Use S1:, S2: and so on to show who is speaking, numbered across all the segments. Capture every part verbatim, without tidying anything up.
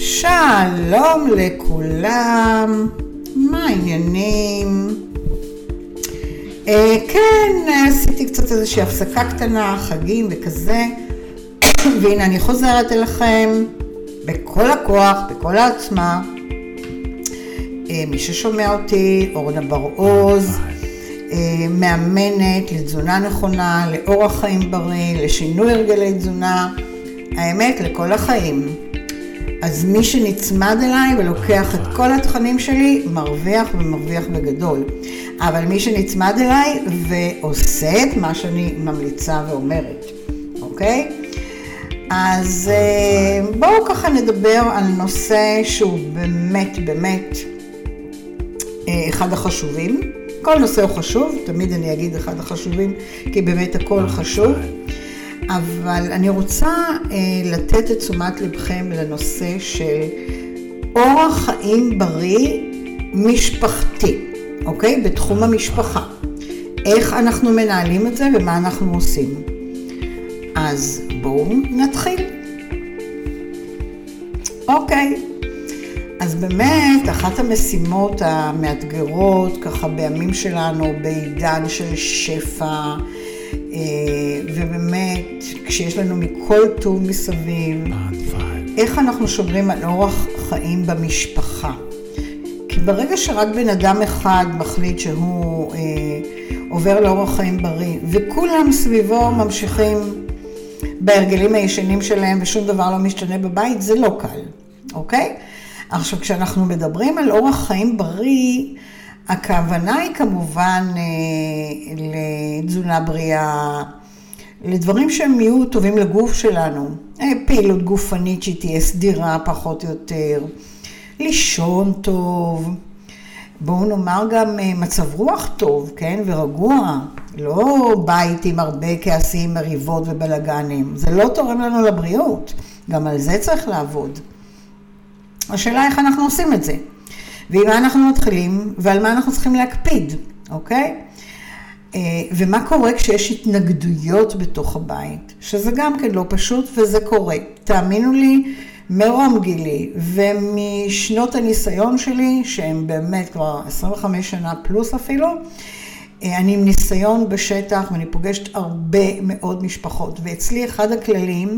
S1: שלום לכולם, מה העניינים? אה, כן, עשיתי קצת איזושהי הפסקה קטנה, חגים וכזה, והנה אני חוזרת אליכם בכל הכוח, בכל העצמה. אה, מי ששומע אותי, אורנה בר-עוז, אה, מאמנת לתזונה נכונה, לאורח חיים בריא, לשינוי הרגלי תזונה, האמת לכל החיים. אז מי שנצמד אליי ולוקח את כל התכנים שלי, מרוויח ומרוויח בגדול. אבל מי שנצמד אליי ועושה את מה שאני ממליצה ואומרת, אוקיי? אז בואו ככה נדבר על נושא שהוא באמת באמת אחד החשובים. כל נושא הוא חשוב, תמיד אני אגיד אחד החשובים, כי באמת הכל חשוב. אבל אני רוצה אה, לתת את תשומת לבכם לנושא של אורח חיים בריא משפחתי, אוקיי? בתחום המשפחה. איך אנחנו מנהלים את זה ומה אנחנו עושים. אז בואו נתחיל. אוקיי. אז באמת, אחת המשימות המאתגרות, ככה בימים שלנו, בעידן של שפע, ובאמת, כשיש לנו מכל טוב מסביב, איך אנחנו שומרים על אורח חיים במשפחה. כי ברגע שרק בן אדם אחד מחליט שהוא אה, עובר לאורח חיים בריא, וכולם סביבו ממשיכים בהרגלים הישנים שלהם, ושום דבר לא משתנה בבית, זה לא קל, אוקיי? עכשיו, כשאנחנו מדברים על אורח חיים בריא, הכוונה היא כמובן אה, לתזונה בריאה, לדברים שהם יהיו טובים לגוף שלנו. אה, פעילות גופנית שהיא תהיה סדירה פחות או יותר, לישון טוב, בואו נאמר גם אה, מצב רוח טוב, כן, ורגוע, לא בית עם הרבה כעסים, מריבות ובלגנים. זה לא תורם לנו לבריאות, גם על זה צריך לעבוד. השאלה איך אנחנו עושים את זה. ועם מה אנחנו מתחילים, ועל מה אנחנו צריכים להקפיד, אוקיי? ומה קורה כשיש התנגדויות בתוך הבית, שזה גם כן לא פשוט, וזה קורה. תאמינו לי, מרום גילי, ומשנות הניסיון שלי, שהם באמת כבר עשרים וחמש שנה פלוס אפילו, אני עם ניסיון בשטח, ואני פוגשת הרבה מאוד משפחות, ואצלי אחד הכללים,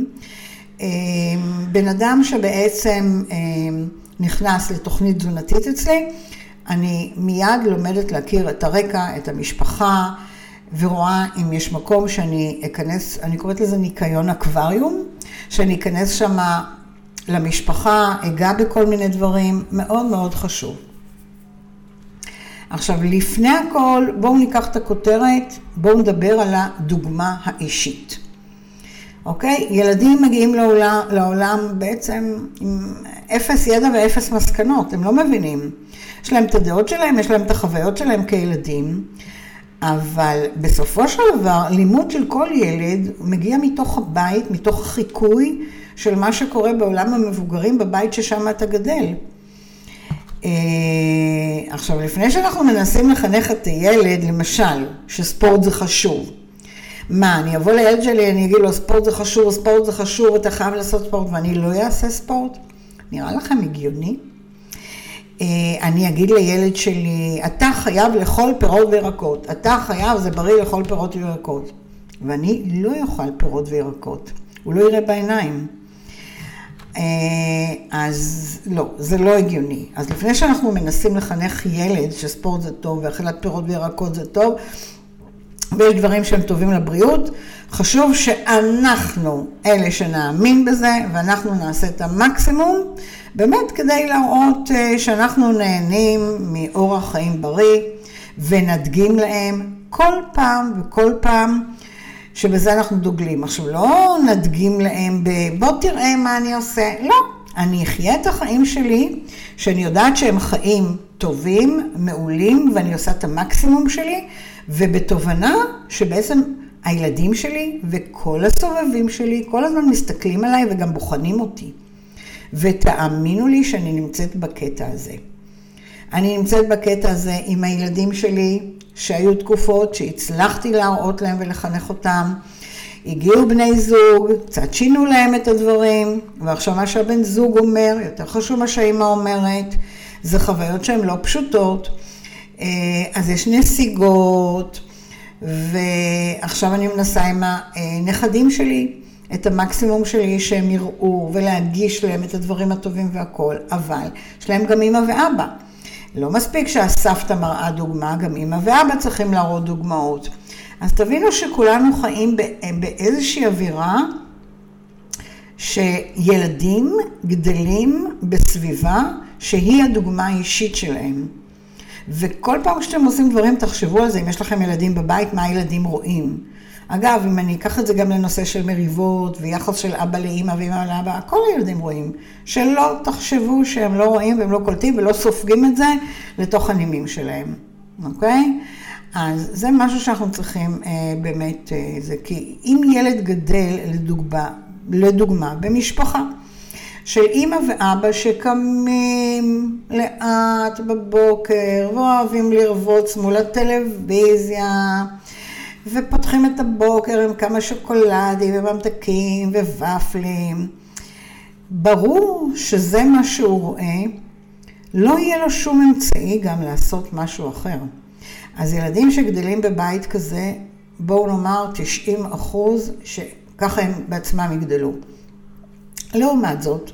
S1: בן אדם שבעצם נכנס לתוכנית תזונתית אצלי, אני מיד לומדת להכיר את הרקע, את המשפחה, ורואה אם יש מקום שאני אכנס, אני קוראת לזה ניקיון אקווריום, שאני אכנס שם למשפחה, אגע בכל מיני דברים, מאוד מאוד חשוב. עכשיו, לפני הכל, בואו ניקח את הכותרת, בואו נדבר על הדוגמה האישית. אוקיי? ילדים מגיעים לעולם, לעולם בעצם עם אפס ידע ואפס מסקנות, הם לא מבינים. יש להם את הדעות שלהם, יש להם את החוויות שלהם כילדים, אבל בסופו של דבר, לימוד של כל ילד מגיע מתוך הבית, מתוך החיקוי של מה שקורה בעולם המבוגרים בבית ששם אתה גדל. עכשיו, לפני שאנחנו מנסים לחנך את הילד, למשל, שספורט זה חשוב, מה, אני אבוא לילד שלי, אני אגיד לו, ספורט זה חשוב, ספורט זה חשוב, אתה חייב לעשות ספורט, ואני לא אעשה ספורט? נראה לכם הגיוני? אני אגיד לילד שלי, אתה חייב לאכול פירות וירקות, אתה חייב, זה בריא לאכול פירות וירקות, ואני לא אוכל פירות וירקות, הוא לא יראה בעיניים. אז לא, זה לא הגיוני. אז לפני שאנחנו מנסים לחנך ילד שספורט זה טוב, ואכילת פירות וירקות זה טוב, ויש דברים שהם טובים לבריאות, חשוב שאנחנו אלה שנאמין בזה, ואנחנו נעשה את המקסימום, באמת כדי להראות שאנחנו נהנים מאורח חיים בריא, ונדגים להם כל פעם וכל פעם שבזה אנחנו דוגלים. עכשיו, לא נדגים להם ב, בוא תראה מה אני עושה, לא. אני אחיה את החיים שלי, שאני יודעת שהם חיים טובים, מעולים, ואני עושה את המקסימום שלי, ובתובנה שבעצם הילדים שלי וכל הסובבים שלי, כל הזמן מסתכלים עליי וגם בוחנים אותי. ותאמינו לי שאני נמצאת בקטע הזה. אני נמצאת בקטע הזה עם הילדים שלי, שהיו תקופות שהצלחתי להראות להם ולחנך אותם. הגיעו בני זוג, קצת שינו להם את הדברים, ועכשיו מה שהבן זוג אומר, יותר חשוב מה שהאמא אומרת, זה חוויות שהן לא פשוטות, אז יש נסיגות, ועכשיו אני מנסה עם הנכדים שלי, את המקסימום שלי שהם יראו, ולהגיש להם את הדברים הטובים והכל, אבל יש להם גם אמא ואבא. לא מספיק שהסבתא מראה דוגמה, גם אמא ואבא צריכים להראות דוגמאות. אז תבינו שכולנו חיים באיזושהי אווירה, שילדים גדלים בסביבה שהיא הדוגמה האישית שלהם. וכל פעם שאתם עושים דברים, תחשבו על זה, אם יש לכם ילדים בבית, מה הילדים רואים. אגב, אם אני אקח את זה גם לנושא של מריבות, ויחס של אבא לאמא ואמא לאבא, כל הילדים רואים. שלא תחשבו שהם לא רואים והם לא קולטים ולא סופגים את זה לתוך הנימים שלהם. אוקיי? אז זה משהו שאנחנו צריכים אה, באמת, אה, זה כי אם ילד גדל לדוגמה, לדוגמה במשפחה, של אמא ואבא שקמים לאט בבוקר ואוהבים לרבוץ מול הטלוויזיה ופותחים את הבוקר עם כמה שוקולדים וממתקים וופלים. ברור שזה מה שהוא רואה, לא יהיה לו שום אמצעי גם לעשות משהו אחר. אז ילדים שגדלים בבית כזה, בואו נאמר תשעים אחוז שככה הם בעצמם יגדלו. לעומת זאת,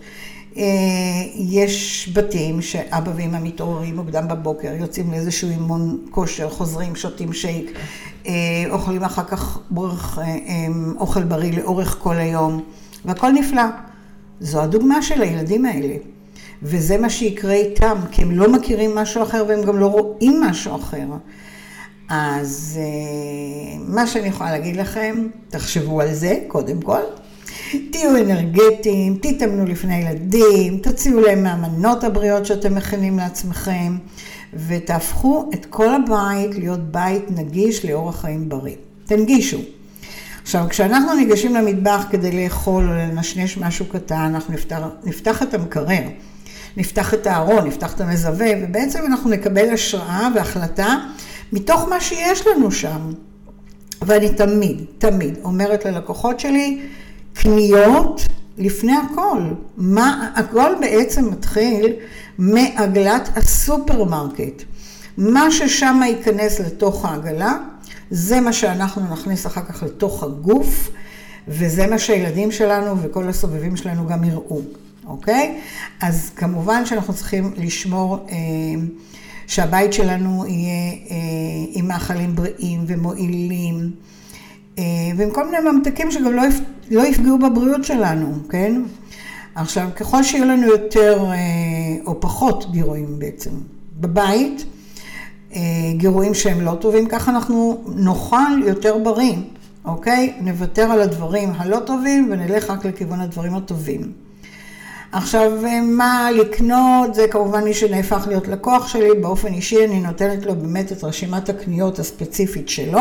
S1: יש בתים שאבא ואמא מתעוררים מוקדם בבוקר, יוצאים לאיזשהו אימון כושר, חוזרים, שותים שייק, אוכלים אחר כך אוכל בריא לאורך כל היום, והכל נפלא. זו הדוגמה של הילדים האלה. וזה מה שיקרה איתם, כי הם לא מכירים משהו אחר והם גם לא רואים משהו אחר. אז מה שאני יכולה להגיד לכם, תחשבו על זה קודם כל. תהיו אנרגטיים, תתאמנו לפני ילדים, תציעו להם מהמנות הבריאות שאתם מכינים לעצמכם, ותהפכו את כל הבית להיות בית נגיש לאורח חיים בריא. תנגישו. עכשיו, כשאנחנו ניגשים למטבח כדי לאכול או לנשנש משהו קטן, אנחנו נפתח, נפתח את המקרר, נפתח את הארון, נפתח את המזווה, ובעצם אנחנו נקבל השראה והחלטה מתוך מה שיש לנו שם. ואני תמיד, תמיד אומרת ללקוחות שלי, קניות לפני הכל. מה, הכל בעצם מתחיל מעגלת הסופרמרקט. מה ששם ייכנס לתוך העגלה, זה מה שאנחנו נכניס אחר כך לתוך הגוף, וזה מה שהילדים שלנו וכל הסובבים שלנו גם יראו. אוקיי? אז כמובן שאנחנו צריכים לשמור אה, שהבית שלנו יהיה אה, עם מאכלים בריאים ומועילים, אה, ועם כל מיני ממתקים שגם לא, יפ, לא יפגעו בבריאות שלנו, כן? עכשיו, ככל שיהיו לנו יותר אה, או פחות גירויים בעצם בבית, אה, גירויים שהם לא טובים, ככה אנחנו נאכל יותר בריא, אוקיי? נוותר על הדברים הלא טובים ונלך רק לכיוון הדברים הטובים. עכשיו, מה לקנות? זה כמובן מי שנהפך להיות לקוח שלי. באופן אישי אני נותנת לו באמת את רשימת הקניות הספציפית שלו.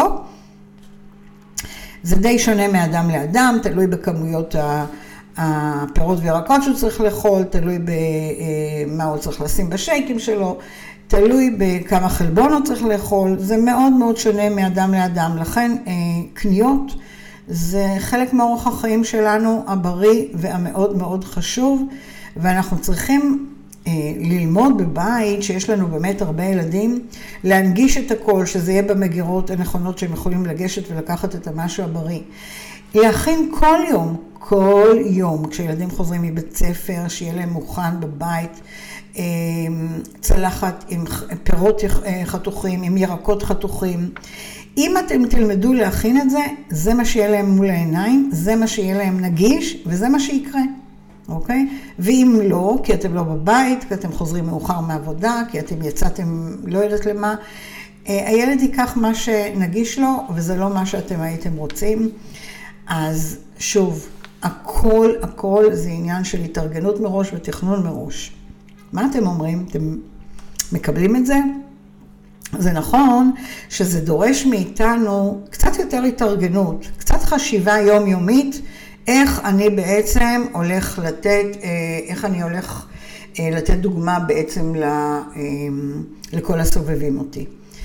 S1: זה די שונה מאדם לאדם, תלוי בכמויות הפירות וירקות שהוא צריך לאכול, תלוי במה הוא צריך לשים בשייקים שלו, תלוי בכמה חלבון הוא צריך לאכול. זה מאוד מאוד שונה מאדם לאדם. לכן קניות זה חלק מאורח החיים שלנו, הבריא והמאוד מאוד חשוב, ואנחנו צריכים אה, ללמוד בבית שיש לנו באמת הרבה ילדים, להנגיש את הכל, שזה יהיה במגירות הנכונות שהם יכולים לגשת ולקחת את המשהו הבריא. להכין כל יום, כל יום, כשילדים חוזרים מבית ספר, שיהיה להם מוכן בבית, אה, צלחת עם פירות חתוכים, עם ירקות חתוכים, אם אתם תלמדו להכין את זה, זה מה שיהיה להם מול העיניים, זה מה שיהיה להם נגיש, וזה מה שיקרה, אוקיי? ואם לא, כי אתם לא בבית, כי אתם חוזרים מאוחר מעבודה, כי אתם יצאתם לא יודעת למה, הילד ייקח מה שנגיש לו, וזה לא מה שאתם הייתם רוצים. אז שוב, הכל, הכל זה עניין של התארגנות מראש ותכנון מראש. מה אתם אומרים? אתם מקבלים את זה? זה נכון שזה דורש מאיתנו קצת יותר התארגנות, קצת חשיבה יומיומית, איך אני בעצם הולך לתת, איך אני הולך לתת דוגמה בעצם לכל הסובבים אותי.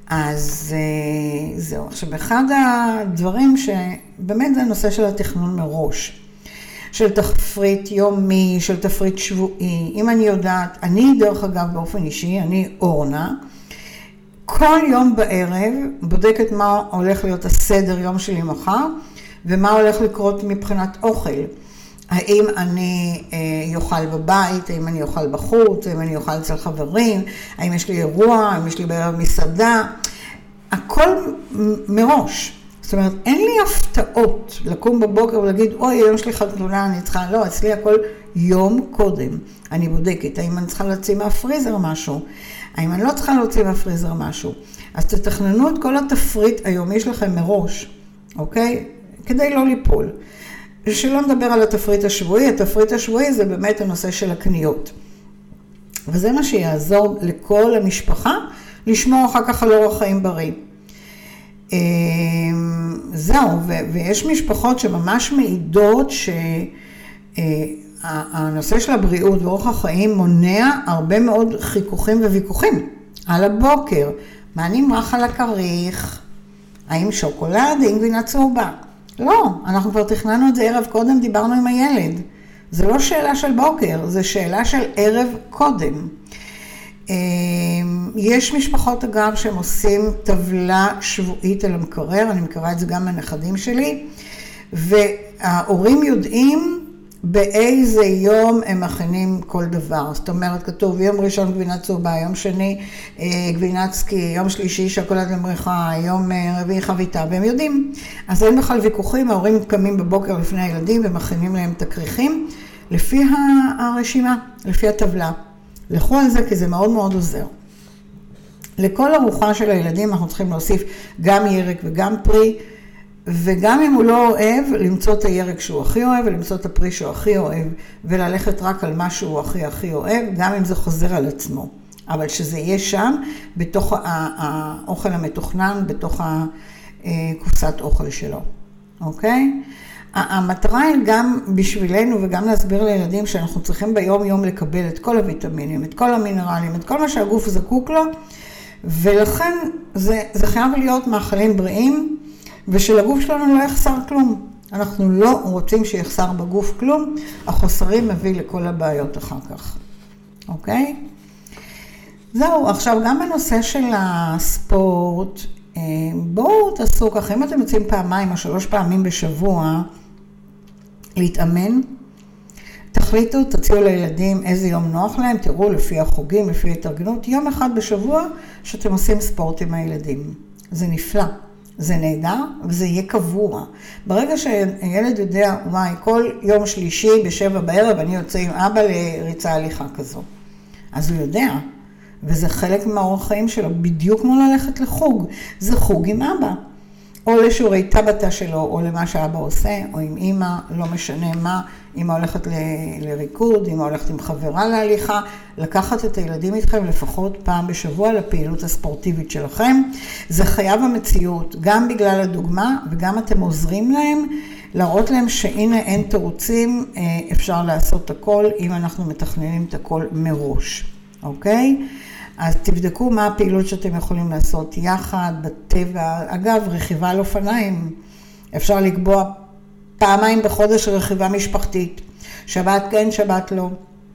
S1: אז זהו. עכשיו, אחד הדברים שבאמת זה הנושא של התכנון מראש, של תפריט יומי, של תפריט שבועי. אם אני יודעת, אני דרך אגב באופן אישי, אני אורנה, כל יום בערב בודקת מה הולך להיות הסדר יום שלי מחר, ומה הולך לקרות מבחינת אוכל. האם אני יאכל בבית, האם אני יאכל בחוץ, האם אני יאכל אצל חברים, האם יש לי אירוע, האם יש לי בערב מסעדה. הכל מראש. זאת אומרת, אין לי הפתעות לקום בבוקר ולהגיד, אוי, היום שלי חתונה, אני צריכה, לא, אצלי הכל יום קודם. אני בודקת, האם אני צריכה להוציא מהפריזר משהו, האם אני לא צריכה להוציא מהפריזר משהו. אז תתכננו את כל התפריט היומי שלכם מראש, אוקיי? כדי לא ליפול. שלא נדבר על התפריט השבועי, התפריט השבועי זה באמת הנושא של הקניות. וזה מה שיעזור לכל המשפחה לשמור אחר כך על אורח חיים בריא. זהו, ויש משפחות שממש מעידות שהנושא של הבריאות ואורח החיים מונע הרבה מאוד חיכוכים וויכוחים על הבוקר. מה נמרח על הכריך? האם שוקולד? האם גבינה צהובה? לא, אנחנו כבר תכננו את זה ערב קודם, דיברנו עם הילד. זה לא שאלה של בוקר, זה שאלה של ערב קודם. יש משפחות אגב שהם עושים טבלה שבועית על המקרר, אני מכירה את זה גם מהנכדים שלי, וההורים יודעים באיזה יום הם מכינים כל דבר. זאת אומרת, כתוב יום ראשון גבינת צהובה, יום שני גבינת סקי, יום שלישי שוקולד למריחה, יום רביעי חביתה, והם יודעים. אז אין בכלל ויכוחים, ההורים קמים בבוקר לפני הילדים ומכינים להם את הכריכים לפי הרשימה, לפי הטבלה. לכו על זה כי זה מאוד מאוד עוזר. לכל ארוחה של הילדים אנחנו צריכים להוסיף גם ירק וגם פרי, וגם אם הוא לא אוהב, למצוא את הירק שהוא הכי אוהב, ולמצוא את הפרי שהוא הכי אוהב, וללכת רק על מה שהוא הכי הכי אוהב, גם אם זה חוזר על עצמו. אבל שזה יהיה שם, בתוך האוכל המתוכנן, בתוך הקופסת אוכל שלו. אוקיי? המטרה היא גם בשבילנו וגם להסביר לילדים שאנחנו צריכים ביום יום לקבל את כל הוויטמינים, את כל המינרלים, את כל מה שהגוף זקוק לו, ולכן זה, זה חייב להיות מאכלים בריאים, ושלגוף שלנו לא יחסר כלום. אנחנו לא רוצים שיחסר בגוף כלום, החוסרים מביא לכל הבעיות אחר כך. אוקיי? זהו, עכשיו גם בנושא של הספורט, בואו תעשו ככה, אם אתם יוצאים פעמיים או שלוש פעמים בשבוע להתאמן, תחליטו, תציעו לילדים איזה יום נוח להם, תראו לפי החוגים, לפי התארגנות, יום אחד בשבוע שאתם עושים ספורט עם הילדים. זה נפלא, זה נהדר וזה יהיה קבוע. ברגע שהילד יודע, וואי, כל יום שלישי בשבע בערב אני יוצא עם אבא לריצה הליכה כזו, אז הוא יודע. וזה חלק מהאורח חיים שלו, בדיוק כמו ללכת לחוג. זה חוג עם אבא. או לשיעורי טבטה שלו, או למה שאבא עושה, או עם אמא, לא משנה מה. אמא הולכת ל- לריקוד, אמא הולכת עם חברה להליכה. לקחת את הילדים איתכם לפחות פעם בשבוע לפעילות הספורטיבית שלכם. זה חייב המציאות, גם בגלל הדוגמה, וגם אתם עוזרים להם, להראות להם שהנה אין תירוצים, אפשר לעשות הכל, אם אנחנו מתכננים את הכל מראש. אוקיי? אז תבדקו מה הפעילות שאתם יכולים לעשות יחד, בטבע. אגב, רכיבה על אופניים. אפשר לקבוע פעמיים בחודש רכיבה משפחתית. שבת כן, שבת לא.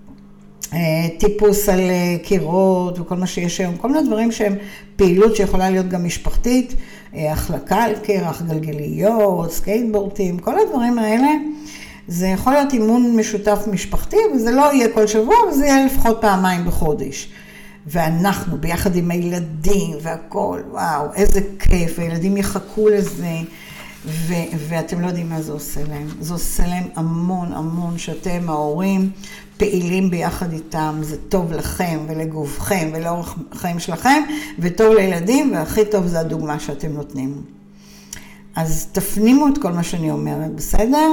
S1: טיפוס על קירות וכל מה שיש היום. כל מיני דברים שהם פעילות שיכולה להיות גם משפחתית. החלקה על קרח, גלגליות, סקייטבורדים, כל הדברים האלה. זה יכול להיות אימון משותף משפחתי, וזה לא יהיה כל שבוע, וזה יהיה לפחות פעמיים בחודש. ואנחנו ביחד עם הילדים והכל, וואו, איזה כיף, הילדים יחכו לזה, ו- ואתם לא יודעים מה זה עושה להם. זה עושה להם המון המון שאתם, ההורים, פעילים ביחד איתם, זה טוב לכם ולגופכם ולאורך החיים שלכם, וטוב לילדים, והכי טוב זה הדוגמה שאתם נותנים. אז תפנימו את כל מה שאני אומרת, בסדר?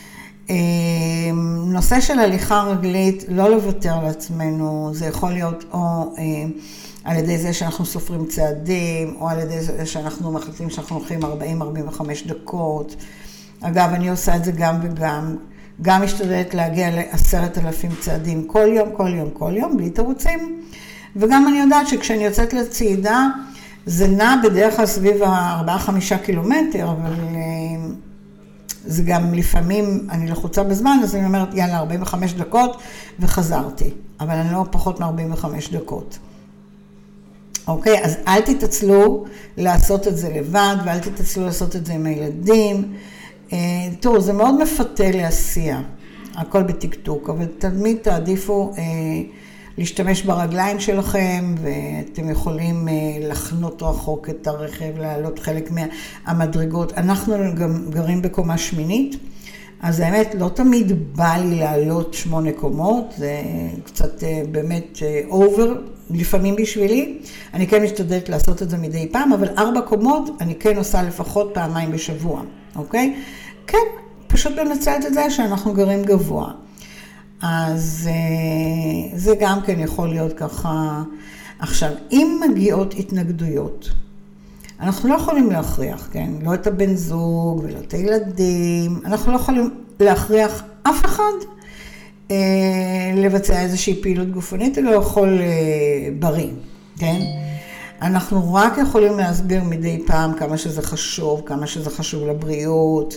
S1: נושא של הליכה רגלית, לא לוותר על עצמנו, זה יכול להיות או על ידי זה שאנחנו סופרים צעדים, או על ידי זה שאנחנו מחליטים שאנחנו הולכים ארבעים עד ארבעים וחמש דקות. אגב, אני עושה את זה גם וגם, גם משתדלת להגיע לעשרת אלפים צעדים כל יום, כל יום, כל יום, בלי תירוצים. וגם אני יודעת שכשאני יוצאת לצעידה, זה נע בדרך כלל סביב ה-ארבעה חמישה קילומטר, אבל זה גם לפעמים, אני לחוצה בזמן, אז אני אומרת, יאללה, ארבעים וחמש דקות, וחזרתי. אבל אני לא פחות מ-ארבעים וחמש דקות. אוקיי? אז אל תתעצלו לעשות את זה לבד, ואל תתעצלו לעשות את זה עם הילדים. תראו, זה מאוד מפתה להסיע. הכל בטיקטוק, אבל תמיד תעדיפו אה, להשתמש ברגליים שלכם, ואתם יכולים אה, לחנות רחוק את הרכב, לעלות חלק מהמדרגות. אנחנו גם גרים בקומה שמינית, אז האמת לא תמיד בא לי לעלות שמונה קומות, זה קצת אה, באמת אה, אובר לפעמים בשבילי. אני כן משתדלת לעשות את זה מדי פעם, אבל ארבע קומות אני כן עושה לפחות פעמיים בשבוע, אוקיי? כן. פשוט לנצלת את זה שאנחנו גרים גבוה. אז זה גם כן יכול להיות ככה. עכשיו, אם מגיעות התנגדויות, אנחנו לא יכולים להכריח, כן? לא את הבן זוג ולא את הילדים. אנחנו לא יכולים להכריח אף אחד אה, לבצע איזושהי פעילות גופנית, לא יכול אה, בריא, כן? אנחנו רק יכולים להסביר מדי פעם כמה שזה חשוב, כמה שזה חשוב לבריאות.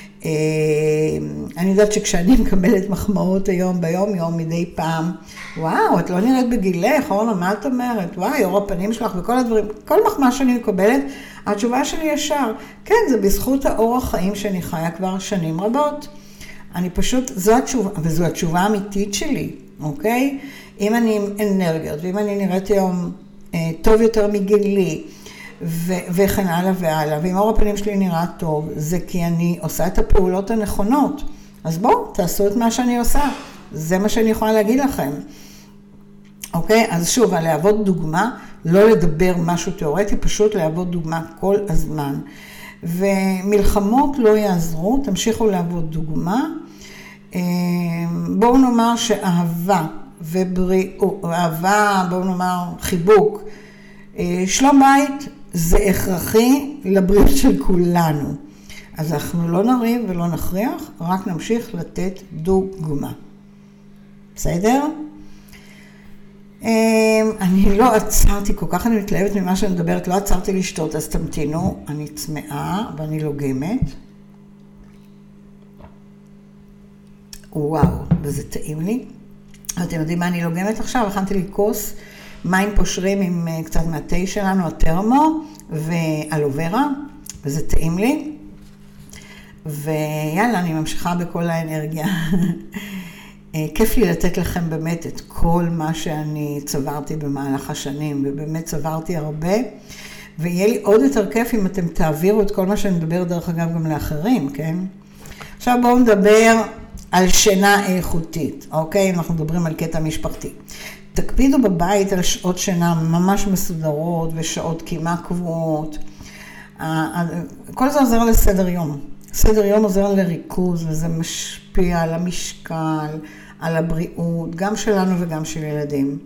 S1: אני יודעת שכשאני מקבלת מחמאות היום ביום יום מדי פעם, וואו, את לא נראית בגילך, אורנה, מה את אומרת? וואי, אור הפנים שלך וכל הדברים, כל מחמאה שאני מקבלת, התשובה שלי ישר, כן, זה בזכות האור החיים שאני חיה כבר שנים רבות. אני פשוט, זו התשובה, וזו התשובה האמיתית שלי, אוקיי? אם אני עם אנרגיות, ואם אני נראית היום אה, טוב יותר מגילי, ו- וכן הלאה והלאה, ואם אור הפנים שלי נראה טוב, זה כי אני עושה את הפעולות הנכונות. אז בואו, תעשו את מה שאני עושה. זה מה שאני יכולה להגיד לכם. אוקיי? אז שוב, להוות דוגמה, לא לדבר משהו תיאורטי, פשוט להוות דוגמה כל הזמן. ומלחמות לא יעזרו, תמשיכו להוות דוגמה. בואו נאמר שאהבה ובריאות, אהבה, בואו נאמר חיבוק, שלום בית, זה הכרחי לבריאות של כולנו. אז אנחנו לא נריב ולא נכריח, רק נמשיך לתת דוגמה. בסדר? אני לא עצרתי, כל כך אני מתלהבת ממה שאני מדברת, לא עצרתי לשתות, אז תמתינו, אני צמאה ואני לוגמת. וואו, וזה טעים לי. אתם יודעים מה אני לוגמת עכשיו? הכנתי לי כוס מים פושרים עם קצת מהתה שלנו, הטרמו ואלוברה, וזה טעים לי. ויאללה, אני ממשיכה בכל האנרגיה. כיף לי לתת לכם באמת את כל מה שאני צברתי במהלך השנים, ובאמת צברתי הרבה, ויהיה לי עוד יותר כיף אם אתם תעבירו את כל מה שאני מדבר דרך אגב גם לאחרים, כן? עכשיו בואו נדבר על שינה איכותית, אוקיי? אנחנו מדברים על קטע משפחתי. תקפידו בבית על שעות שינה ממש מסודרות ושעות קימה קבועות. כל זה עוזר לסדר יום. סדר יום עוזר לריכוז וזה משפיע על המשקל, על הבריאות, גם שלנו וגם של ילדים.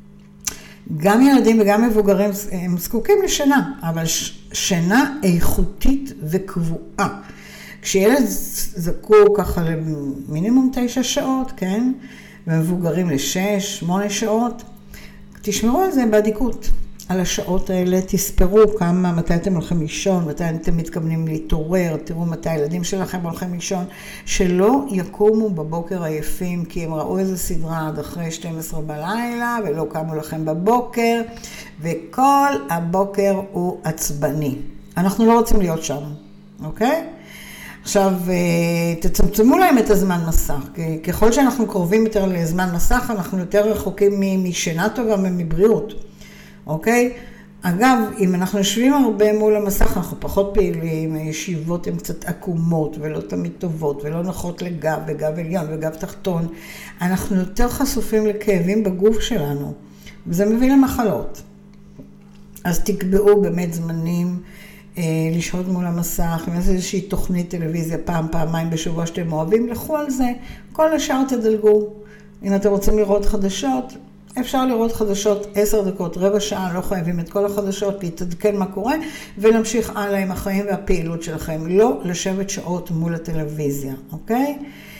S1: גם ילדים וגם מבוגרים הם זקוקים לשינה, אבל שינה איכותית וקבועה. כשילד זקוק ככה למינימום תשע שעות, כן? ומבוגרים לשש, שמונה שעות, תשמרו על זה בעדיקות. על השעות האלה תספרו כמה, מתי אתם הולכים לישון, מתי אתם מתכוונים להתעורר, תראו מתי הילדים שלכם הולכים לישון, שלא יקומו בבוקר עייפים, כי הם ראו איזה סדרה עד אחרי שתים עשרה בלילה, ולא קמו לכם בבוקר, וכל הבוקר הוא עצבני. אנחנו לא רוצים להיות שם, אוקיי? עכשיו, תצמצמו להם את הזמן מסך, כי ככל שאנחנו קרובים יותר לזמן מסך, אנחנו יותר רחוקים משינה טובה ומבריאות. אוקיי? אגב, אם אנחנו יושבים הרבה מול המסך, אנחנו פחות פעילים, הישיבות הן קצת עקומות ולא תמיד טובות, ולא נוחות לגב וגב עליון וגב תחתון. אנחנו יותר חשופים לכאבים בגוף שלנו, וזה מביא למחלות. אז תקבעו באמת זמנים אה, לשהות מול המסך, אם יש איזושהי תוכנית טלוויזיה פעם, פעמיים בשבוע שאתם אוהבים, לכו על זה. כל השאר תדלגו. אם אתם רוצים לראות חדשות, אפשר לראות חדשות עשר דקות, רבע שעה, לא חייבים את כל החדשות, להתעדכן מה קורה, ולהמשיך הלאה עם החיים והפעילות שלכם. לא לשבת שעות מול הטלוויזיה, אוקיי?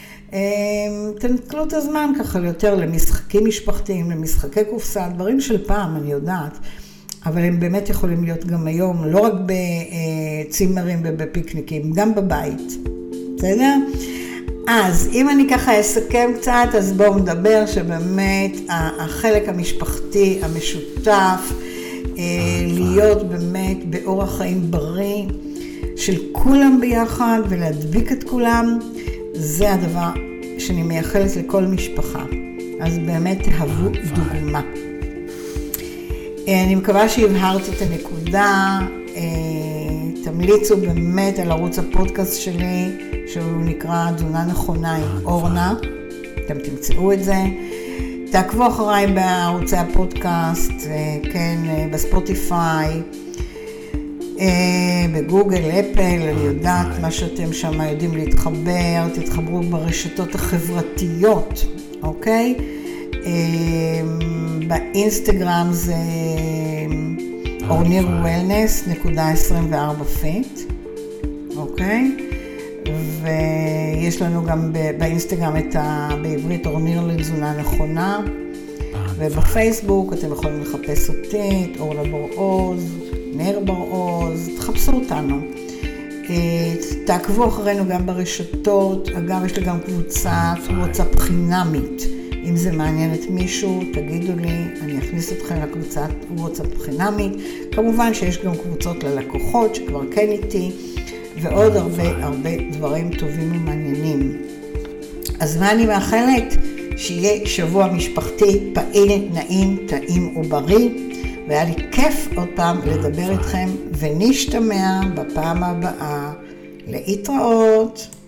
S1: תנקלו את הזמן ככה יותר למשחקים משפחתיים, למשחקי קופסה, דברים של פעם, אני יודעת. אבל הם באמת יכולים להיות גם היום, לא רק בצימרים ובפיקניקים, גם בבית. בסדר? אז אם אני ככה אסכם קצת, אז בואו נדבר שבאמת החלק המשפחתי המשותף, להיות באמת באורח חיים בריא של כולם ביחד ולהדביק את כולם, זה הדבר שאני מייחלת לכל משפחה. אז באמת תהוו דוגמה. אני מקווה שהבהרתי את הנקודה, תמליצו באמת על ערוץ הפודקאסט שלי, שהוא נקרא תזונה נכונה עם אורנה, אתם תמצאו את זה. תעקבו אחריי בערוצי הפודקאסט, כן, בספוטיפיי, בגוגל, אפל, אני יודעת מה שאתם שם יודעים להתחבר, תתחברו ברשתות החברתיות, אוקיי? באינסטגרם זה אורניר וולנס נקודה עשרים וארבע פיט, אוקיי? ויש לנו גם באינסטגרם את ה... בעברית אורניר לתזונה נכונה, ובפייסבוק אתם יכולים לחפש אותי, את אורנה בר-עוז, נר בר-עוז, תחפשו אותנו. תעקבו אחרינו גם ברשתות, אגב יש לי גם קבוצת וואטסאפ חינמית, אם זה מעניין את מישהו תגידו לי, אני אכניס אתכם לקבוצת וואטסאפ חינמית. כמובן שיש גם קבוצות ללקוחות שכבר כן איתי, ועוד הרבה הרבה דברים טובים ומעניינים. אז מה אני מאחלת? שיהיה שבוע משפחתי פעיל, נעים, טעים ובריא, והיה לי כיף עוד פעם לדבר איתכם, ונשתמע בפעם הבאה. להתראות.